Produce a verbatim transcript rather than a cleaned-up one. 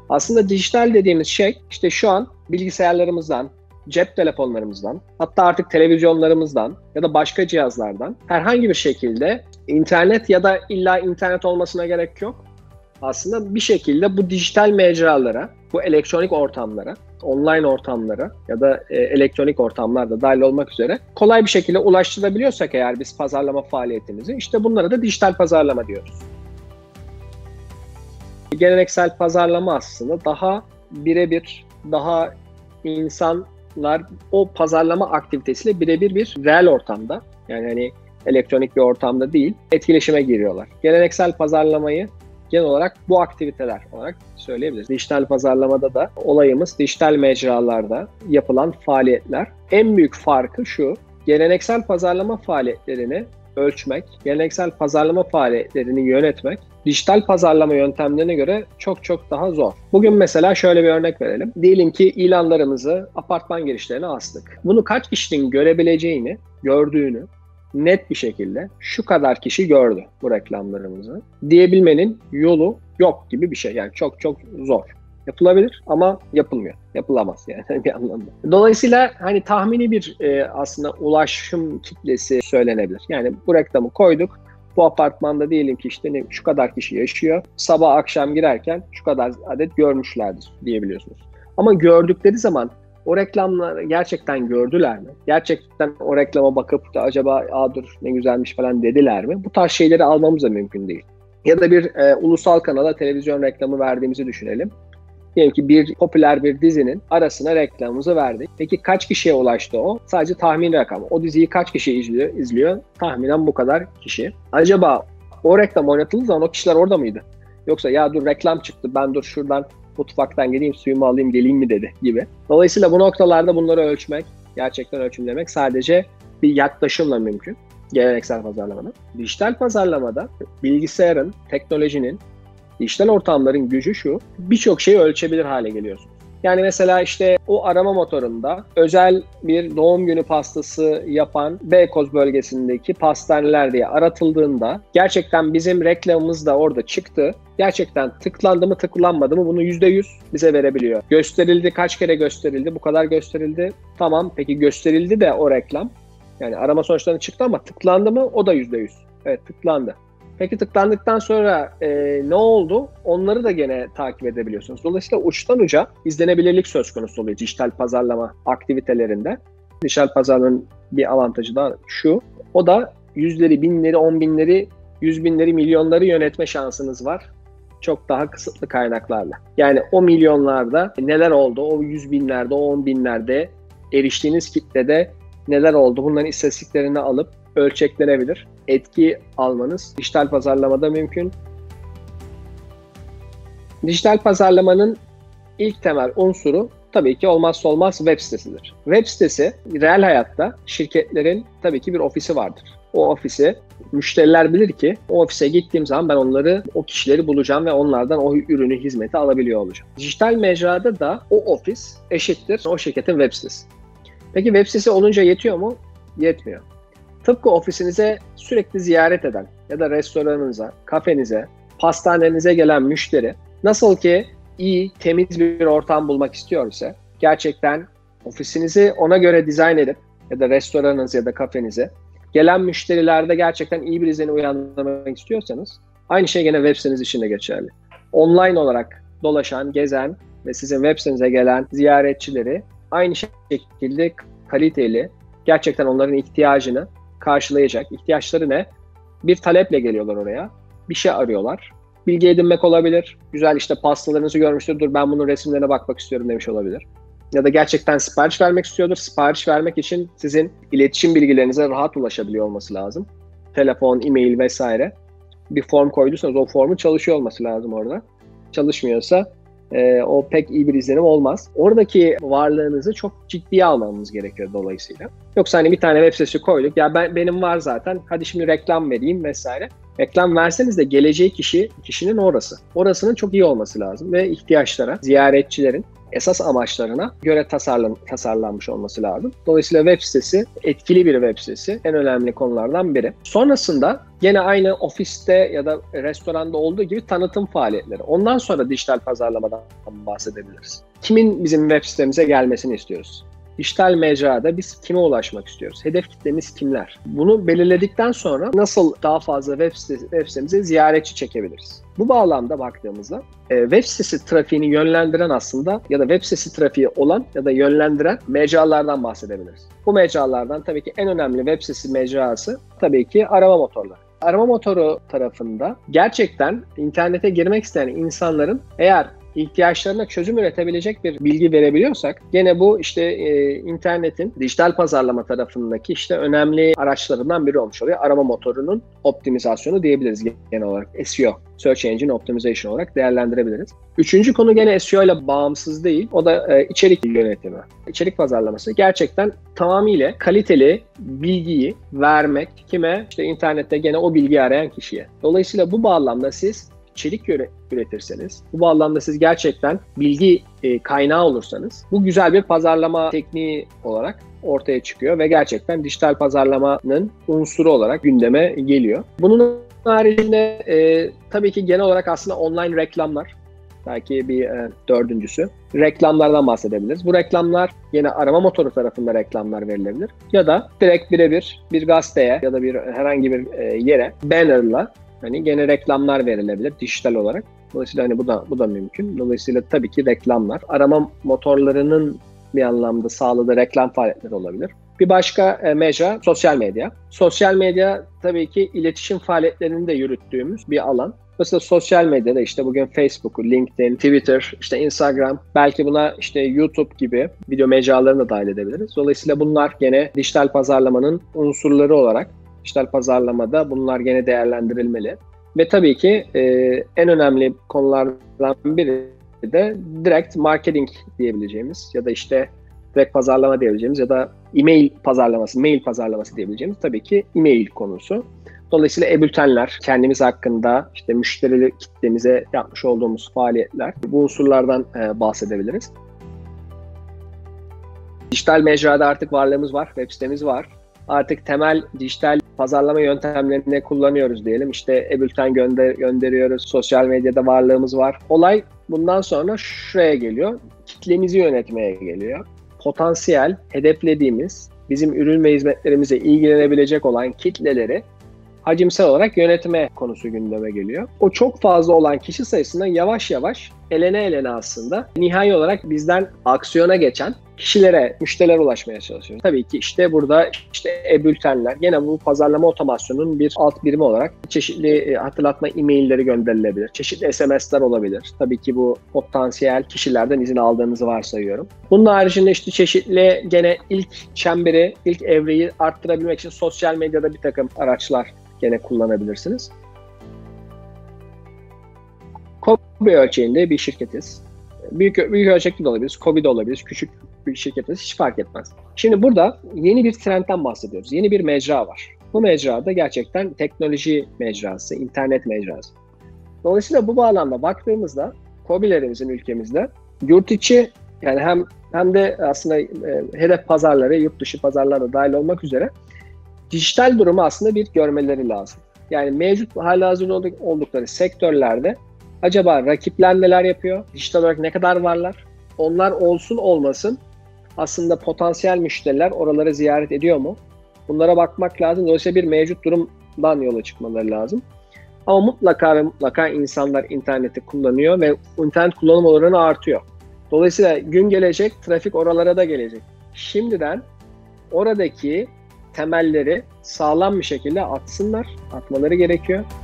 Aslında dijital dediğimiz şey işte şu an bilgisayarlarımızdan, cep telefonlarımızdan, hatta artık televizyonlarımızdan ya da başka cihazlardan herhangi bir şekilde internet ya da illa internet olmasına gerek yok. Aslında bir şekilde bu dijital mecralara, bu elektronik ortamlara, online ortamlara ya da e, elektronik ortamlarda dahil olmak üzere kolay bir şekilde ulaştırabiliyorsak eğer biz pazarlama faaliyetimizi, işte bunlara da dijital pazarlama diyoruz. Geleneksel pazarlama aslında daha birebir, daha insanlar o pazarlama aktivitesiyle birebir bir reel ortamda, yani hani elektronik bir ortamda değil, etkileşime giriyorlar. Geleneksel pazarlamayı genel olarak bu aktiviteler olarak söyleyebiliriz. Dijital pazarlamada da olayımız dijital mecralarda yapılan faaliyetler. En büyük farkı şu: geleneksel pazarlama faaliyetlerini ölçmek, geleneksel pazarlama faaliyetlerini yönetmek dijital pazarlama yöntemlerine göre çok çok daha zor. Bugün mesela şöyle bir örnek verelim. Diyelim ki ilanlarımızı apartman girişlerine astık. Bunu kaç kişinin görebileceğini, gördüğünü net bir şekilde şu kadar kişi gördü bu reklamlarımızı diyebilmenin yolu yok gibi bir şey. Yani çok çok zor. Yapılabilir ama yapılmıyor. Yapılamaz yani bir anlamda. Dolayısıyla hani tahmini bir e, aslında ulaşım kitlesi söylenebilir. Yani bu reklamı koyduk. Bu apartmanda diyelim ki işte ne, şu kadar kişi yaşıyor. Sabah akşam girerken şu kadar adet görmüşlerdir diyebiliyorsunuz. Ama gördükleri zaman o reklamları gerçekten gördüler mi? Gerçekten o reklama bakıp da acaba aa dur ne güzelmiş falan dediler mi? Bu tarz şeyleri almamız da mümkün değil. Ya da bir e, ulusal kanala televizyon reklamı verdiğimizi düşünelim. Diyelim ki bir popüler bir dizinin arasına reklamımızı verdik. Peki kaç kişiye ulaştı o? Sadece tahmin rakam. O diziyi kaç kişi izliyor? izliyor? Tahminen bu kadar kişi. Acaba o reklam oynatıldığı zaman o kişiler orada mıydı? Yoksa ya dur reklam çıktı ben dur şuradan mutfaktan geleyim suyumu alayım geleyim mi dedi gibi. Dolayısıyla bu noktalarda bunları ölçmek, gerçekten ölçümlemek sadece bir yaklaşımla mümkün. Geleneksel pazarlamada. Dijital pazarlamada bilgisayarın, teknolojinin, dijital ortamların gücü şu: birçok şeyi ölçebilir hale geliyorsunuz. Yani mesela işte o arama motorunda özel bir doğum günü pastası yapan Beykoz bölgesindeki pastaneler diye aratıldığında gerçekten bizim reklamımız da orada çıktı. Gerçekten tıklandı mı tıklanmadı mı bunu yüzde yüz bize verebiliyor. Gösterildi, kaç kere gösterildi, bu kadar gösterildi. Tamam, peki gösterildi de o reklam. Yani arama sonuçlarına çıktı ama tıklandı mı o da yüzde yüz. Evet, tıklandı. Peki tıklandıktan sonra e, ne oldu? Onları da gene takip edebiliyorsunuz. Dolayısıyla uçtan uca izlenebilirlik söz konusu oluyor dijital pazarlama aktivitelerinde. Dijital pazarlamanın bir avantajı da şu: o da yüzleri, binleri, on binleri, yüz binleri, milyonları yönetme şansınız var. Çok daha kısıtlı kaynaklarla. Yani o milyonlarda neler oldu, o yüz binlerde, o on binlerde, eriştiğiniz kitlede neler oldu? Bunların istatistiklerini alıp ölçeklenebilir. Etki almanız dijital pazarlamada mümkün. Dijital pazarlamanın ilk temel unsuru tabii ki olmazsa olmaz web sitesidir. Web sitesi reel hayatta şirketlerin tabii ki bir ofisi vardır. O ofisi müşteriler bilir ki o ofise gittiğim zaman ben onları, o kişileri bulacağım ve onlardan o ürünü, hizmeti alabiliyor olacağım. Dijital mecrada da o ofis eşittir o şirketin web sitesi. Peki web sitesi olunca yetiyor mu? Yetmiyor. Tıpkı ofisinize sürekli ziyaret eden ya da restoranınıza, kafenize, pastanenize gelen müşteri nasıl ki iyi, temiz bir ortam bulmak istiyorsa, gerçekten ofisinizi ona göre dizayn edip ya da restoranınız ya da kafenize gelen müşterilerde gerçekten iyi bir izlenim uyandırmak istiyorsanız aynı şey gene web siteniz için de geçerli. Online olarak dolaşan, gezen ve sizin web sitenize gelen ziyaretçileri aynı şekilde kaliteli, gerçekten onların ihtiyacını karşılayacak. İhtiyaçları ne? Bir taleple geliyorlar oraya. Bir şey arıyorlar. Bilgi edinmek olabilir. Güzel işte pastalarınızı görmüştür. Dur ben bunun resimlerine bakmak istiyorum demiş olabilir. Ya da gerçekten sipariş vermek istiyordur. Sipariş vermek için sizin iletişim bilgilerinize rahat ulaşabiliyor olması lazım. Telefon, e-mail vesaire. Bir form koyduysanız o formun çalışıyor olması lazım orada. Çalışmıyorsa e, o pek iyi bir izlenim olmaz. Oradaki varlığınızı çok ciddiye almamız gerekiyor dolayısıyla. Yoksa hani bir tane web sitesi koyduk. Ya ben benim var zaten. Hadi şimdi reklam vereyim vesaire. Reklam verseniz de geleceği kişi, kişinin orası. Orasının çok iyi olması lazım ve ihtiyaçlara, ziyaretçilerin esas amaçlarına göre tasarlan, tasarlanmış olması lazım. Dolayısıyla web sitesi etkili bir web sitesi. En önemli konulardan biri. Sonrasında yine aynı ofiste ya da restoranda olduğu gibi tanıtım faaliyetleri. Ondan sonra dijital pazarlamadan bahsedebiliriz. Kimin bizim web sitemize gelmesini istiyoruz? Dijital mecrada biz kime ulaşmak istiyoruz? Hedef kitlemiz kimler? Bunu belirledikten sonra nasıl daha fazla web, sitesi, web sitemize ziyaretçi çekebiliriz? Bu bağlamda baktığımızda e, web sitesi trafiğini yönlendiren aslında ya da web sitesi trafiği olan ya da yönlendiren mecralardan bahsedebiliriz. Bu mecralardan tabii ki en önemli web sitesi mecrası tabii ki arama motorları. Arama motoru tarafında gerçekten internete girmek isteyen insanların eğer ihtiyaçlarına çözüm üretebilecek bir bilgi verebiliyorsak gene bu işte e, internetin dijital pazarlama tarafındaki işte önemli araçlarından biri olmuş oluyor. Arama motorunun optimizasyonu diyebiliriz genel olarak. S E O, Search Engine Optimization olarak değerlendirebiliriz. Üçüncü konu gene S E O ile bağımsız değil. O da e, içerik yönetimi. İçerik pazarlaması gerçekten tamamıyla kaliteli bilgiyi vermek kime? İşte internette gene o bilgiyi arayan kişiye. Dolayısıyla bu bağlamda siz içerik üretirseniz, bu bağlamda siz gerçekten bilgi e, kaynağı olursanız bu güzel bir pazarlama tekniği olarak ortaya çıkıyor ve gerçekten dijital pazarlamanın unsuru olarak gündeme geliyor. Bunun haricinde e, tabii ki genel olarak aslında online reklamlar, belki bir e, dördüncüsü. Reklamlardan bahsedebiliriz. Bu reklamlar yine arama motoru tarafında reklamlar verilebilir ya da direkt birebir bir gazeteye ya da bir herhangi bir e, yere bannerla hani gene reklamlar verilebilir dijital olarak. Dolayısıyla hani bu da bu da mümkün. Dolayısıyla tabii ki reklamlar, arama motorlarının bir anlamda sağladığı reklam faaliyetleri olabilir. Bir başka e, mecra sosyal medya. Sosyal medya tabii ki iletişim faaliyetlerini de yürüttüğümüz bir alan. Mesela sosyal medyada işte bugün Facebook, LinkedIn, Twitter, işte Instagram, belki buna işte YouTube gibi video mecralarını da dahil edebiliriz. Dolayısıyla bunlar gene dijital pazarlamanın unsurları olarak dijital pazarlamada bunlar gene değerlendirilmeli. Ve tabii ki e, en önemli konulardan biri de direkt marketing diyebileceğimiz ya da işte direkt pazarlama diyebileceğimiz ya da e-mail pazarlaması, mail pazarlaması diyebileceğimiz tabii ki e-mail konusu. Dolayısıyla e-bültenler, kendimiz hakkında işte müşteri kitlemize yapmış olduğumuz faaliyetler, bu unsurlardan e, bahsedebiliriz. Dijital mecrada artık varlığımız var, web sitemiz var. Artık temel dijital pazarlama yöntemlerini kullanıyoruz diyelim. İşte e-bülten gönder gönderiyoruz, sosyal medyada varlığımız var. Olay bundan sonra şuraya geliyor, kitlemizi yönetmeye geliyor. Potansiyel, hedeflediğimiz, bizim ürün ve hizmetlerimize ilgilenebilecek olan kitleleri hacimsel olarak yönetme konusu gündeme geliyor. O çok fazla olan kişi sayısından yavaş yavaş elene elene aslında nihai olarak bizden aksiyona geçen kişilere, müşterilere ulaşmaya çalışıyoruz. Tabii ki işte burada işte e-bültenler, yine bu pazarlama otomasyonunun bir alt birimi olarak çeşitli hatırlatma e-mailleri gönderilebilir. Çeşitli S M S'ler olabilir. Tabii ki bu potansiyel kişilerden izin aldığınızı varsayıyorum. Bunun haricinde işte çeşitli gene ilk çemberi, ilk evreyi arttırabilmek için sosyal medyada bir takım araçlar gene kullanabilirsiniz. KOBİ ölçeğinde bir şirketiz. Büyük, büyük ölçekli de olabiliriz, KOBİ de olabiliriz, küçük bir şirketiz, hiç fark etmez. Şimdi burada yeni bir trendten bahsediyoruz. Yeni bir mecra var. Bu mecrada gerçekten teknoloji mecrası, internet mecrası. Dolayısıyla bu bağlamda baktığımızda KOBİ'lerimizin ülkemizde yurt içi yani hem hem de aslında e, hedef pazarları, yurt dışı pazarlara dahil olmak üzere dijital durumu aslında bir görmeleri lazım. Yani mevcut halihazırda oldukları sektörlerde acaba rakipler neler yapıyor? Dijital olarak ne kadar varlar? Onlar olsun olmasın aslında potansiyel müşteriler oraları ziyaret ediyor mu? Bunlara bakmak lazım. Dolayısıyla bir mevcut durumdan yola çıkmaları lazım. Ama mutlaka ve mutlaka insanlar interneti kullanıyor ve internet kullanım oranı artıyor. Dolayısıyla gün gelecek, trafik oralara da gelecek. Şimdiden oradaki temelleri sağlam bir şekilde atsınlar, atmaları gerekiyor.